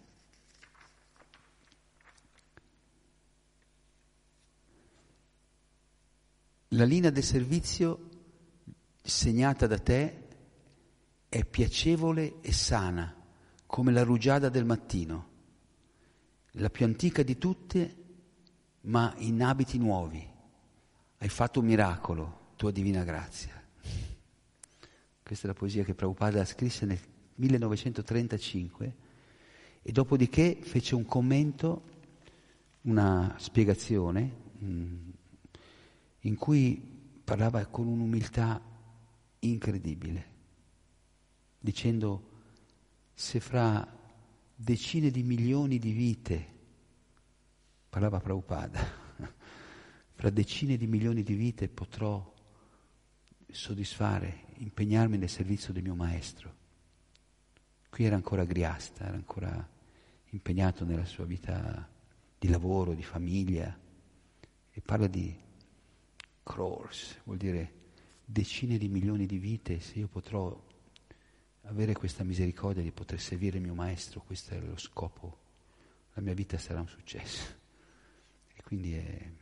La linea del servizio segnata da te è piacevole e sana, come la rugiada del mattino, la più antica di tutte, ma in abiti nuovi. Hai fatto un miracolo, tua divina grazia. Questa è la poesia che Prabhupada scrisse nel millenovecentotrentacinque, e dopodiché fece un commento, una spiegazione mh, in cui parlava con un'umiltà incredibile, dicendo: se fra decine di milioni di vite, parlava Prabhupada, fra decine di milioni di vite potrò soddisfare, impegnarmi nel servizio del mio maestro. Qui era ancora Griasta, era ancora impegnato nella sua vita di lavoro, di famiglia, e parla di crores, vuol dire decine di milioni di vite. Se io potrò avere questa misericordia di poter servire il mio maestro, questo è lo scopo, la mia vita sarà un successo. E quindi è,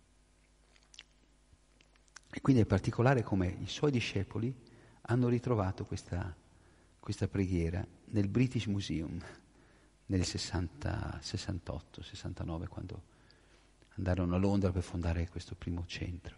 e quindi è particolare come i suoi discepoli hanno ritrovato questa, questa preghiera nel British Museum nel sessanta, sessantotto, sessantanove, quando andarono a Londra per fondare questo primo centro.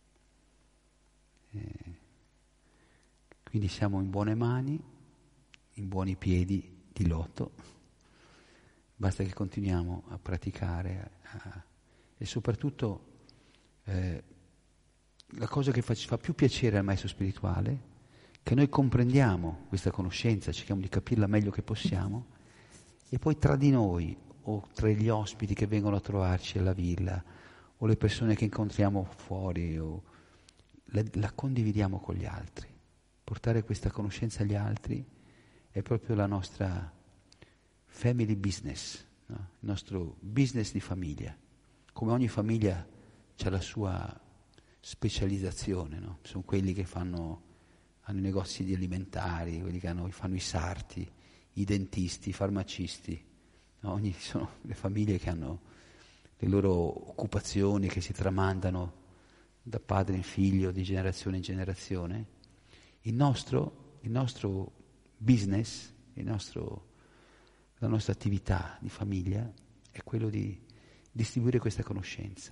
E quindi siamo in buone mani, in buoni piedi di loto. Basta che continuiamo a praticare a, e soprattutto eh, la cosa che fa, ci fa più piacere al maestro spirituale, che noi comprendiamo questa conoscenza, cerchiamo di capirla meglio che possiamo, e poi tra di noi o tra gli ospiti che vengono a trovarci alla villa o le persone che incontriamo fuori, o la, la condividiamo con gli altri. Portare questa conoscenza agli altri è proprio la nostra family business, no? Il nostro business di famiglia. Come ogni famiglia c'ha la sua specializzazione, no? Sono quelli che fanno, hanno i negozi di alimentari, quelli che hanno, fanno i sarti, i dentisti, i farmacisti, no? Ogni, sono le famiglie che hanno le loro occupazioni che si tramandano da padre in figlio, di generazione in generazione. Il nostro, il nostro business, il nostro, la nostra attività di famiglia è quello di distribuire questa conoscenza.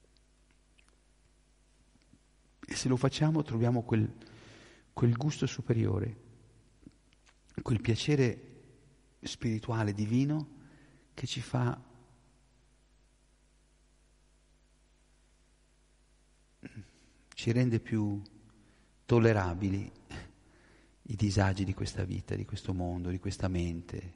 E se lo facciamo troviamo quel, quel gusto superiore, quel piacere spirituale, divino, che ci fa ci rende più tollerabili i disagi di questa vita, di questo mondo, di questa mente,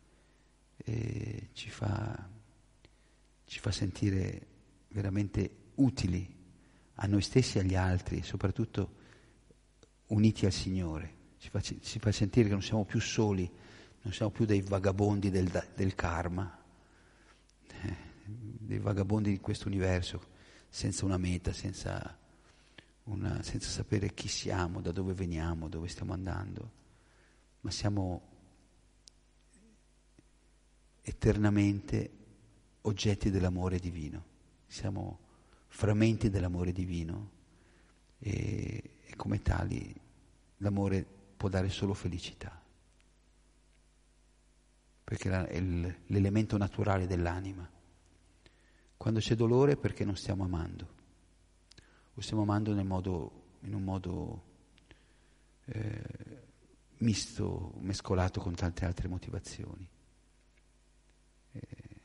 e ci fa, ci fa sentire veramente utili a noi stessi e agli altri, e soprattutto uniti al Signore. Ci fa, ci fa sentire che non siamo più soli, non siamo più dei vagabondi del, del karma, eh, dei vagabondi di questo universo, senza una meta, senza, una, senza sapere chi siamo, da dove veniamo, dove stiamo andando, ma siamo eternamente oggetti dell'amore divino, siamo frammenti dell'amore divino, e, e come tali l'amore può dare solo felicità, perché è l'elemento naturale dell'anima. Quando c'è dolore è perché non stiamo amando, o stiamo amando nel modo, in un modo eh, misto, mescolato con tante altre motivazioni. E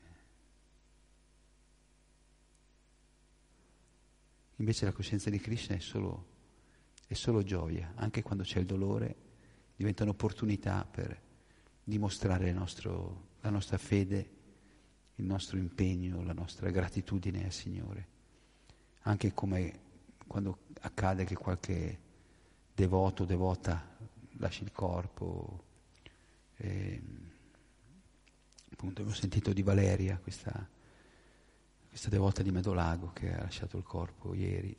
invece la coscienza di Krishna è solo, è solo gioia, anche quando c'è il dolore diventa un'opportunità per dimostrare il nostro, la nostra fede, il nostro impegno, la nostra gratitudine al Signore. Anche come quando accade che qualche devoto o devota lasci il corpo. E, appunto, abbiamo sentito di Valeria, questa, questa devota di Medolago che ha lasciato il corpo ieri.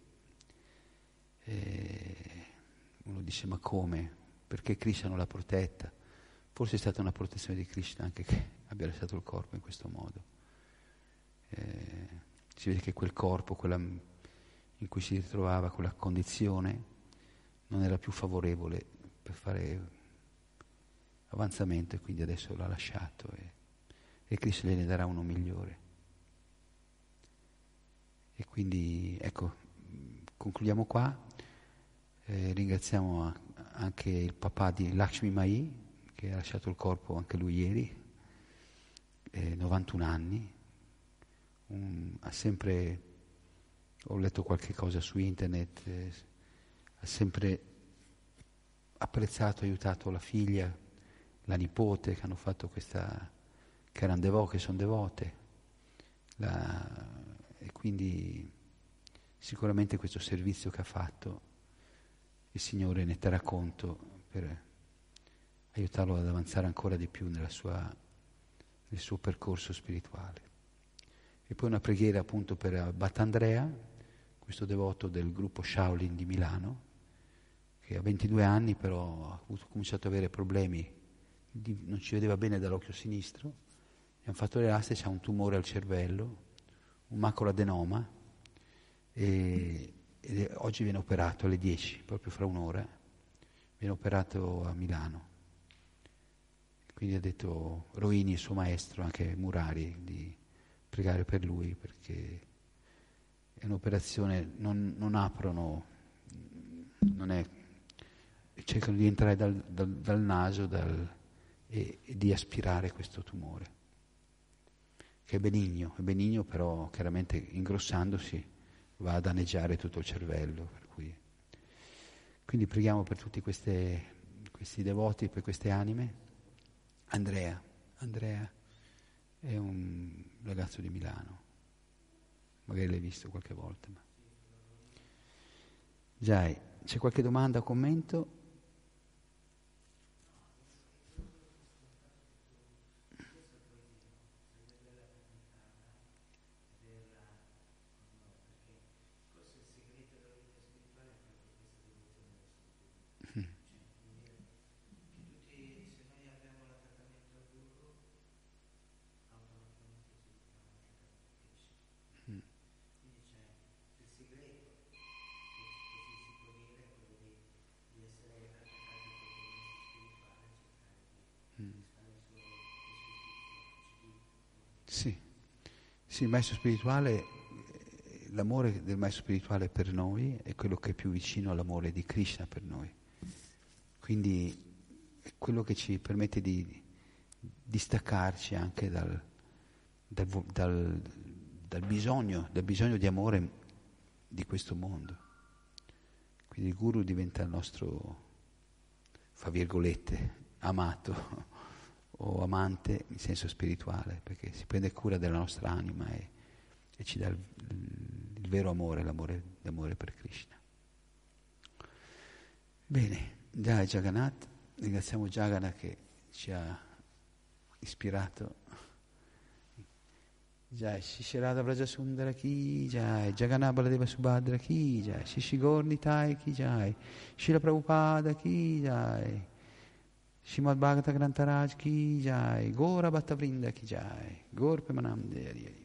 E uno dice: ma come? Perché Krishna non l'ha protetta? Forse è stata una protezione di Krishna anche che abbia lasciato il corpo in questo modo. Eh, si vede che quel corpo, quella in cui si ritrovava, quella condizione, non era più favorevole per fare avanzamento, e quindi adesso l'ha lasciato, e, e Krishna gliene darà uno migliore. E quindi, ecco, concludiamo qua. Eh, ringraziamo anche il papà di Lakshmi Mai, che ha lasciato il corpo anche lui ieri, eh, novantuno anni, un, ha sempre, ho letto qualche cosa su internet, eh, ha sempre apprezzato, aiutato la figlia, la nipote che hanno fatto questa, che erano devote, che sono devote, la, e quindi sicuramente questo servizio che ha fatto il Signore ne terrà conto per aiutarlo ad avanzare ancora di più nella sua, nel suo percorso spirituale. E poi una preghiera appunto per Abbat Andrea, questo devoto del gruppo Shaolin di Milano, che a ventidue anni però ha avuto, cominciato ad avere problemi, di, non ci vedeva bene dall'occhio sinistro, gli hanno fatto le lastre, c'ha un tumore al cervello, un maculadenoma, e, e oggi viene operato alle dieci, proprio fra un'ora, viene operato a Milano. Quindi ha detto Roini, il suo maestro, anche Murari, di pregare per lui, perché è un'operazione, non, non aprono, non è, cercano di entrare dal, dal, dal naso dal, e, e di aspirare questo tumore, che è benigno, è benigno però chiaramente ingrossandosi va a danneggiare tutto il cervello. Per cui. Quindi preghiamo per tutti queste, questi devoti, per queste anime. Andrea, Andrea è un ragazzo di Milano, magari l'hai visto qualche volta. Ma... Già, c'è qualche domanda o commento? Sì, sì, il maestro spirituale, l'amore del maestro spirituale per noi è quello che è più vicino all'amore di Krishna per noi. Quindi è quello che ci permette di distaccarci anche dal, dal, dal, dal bisogno, dal bisogno di amore di questo mondo. Quindi il guru diventa il nostro, fra virgolette, amato o amante in senso spirituale, perché si prende cura della nostra anima e, e ci dà il, il, il vero amore, l'amore, l'amore per Krishna. Bene, Jai Jagannath, ringraziamo Jagannath che ci ha ispirato. Jai Shishirada Vraja Sundara Ki Jai, Jagannath Baladeva Subhadra Ki Jai, Shishigor Nitai Ki Jai, Srila Prabhupada Ki Jai, Srimad Bhagavata Grantaraj Ki Jai, Gora Bhatta Vrinda Ki Jai, Gaur Premanande Hari Hari.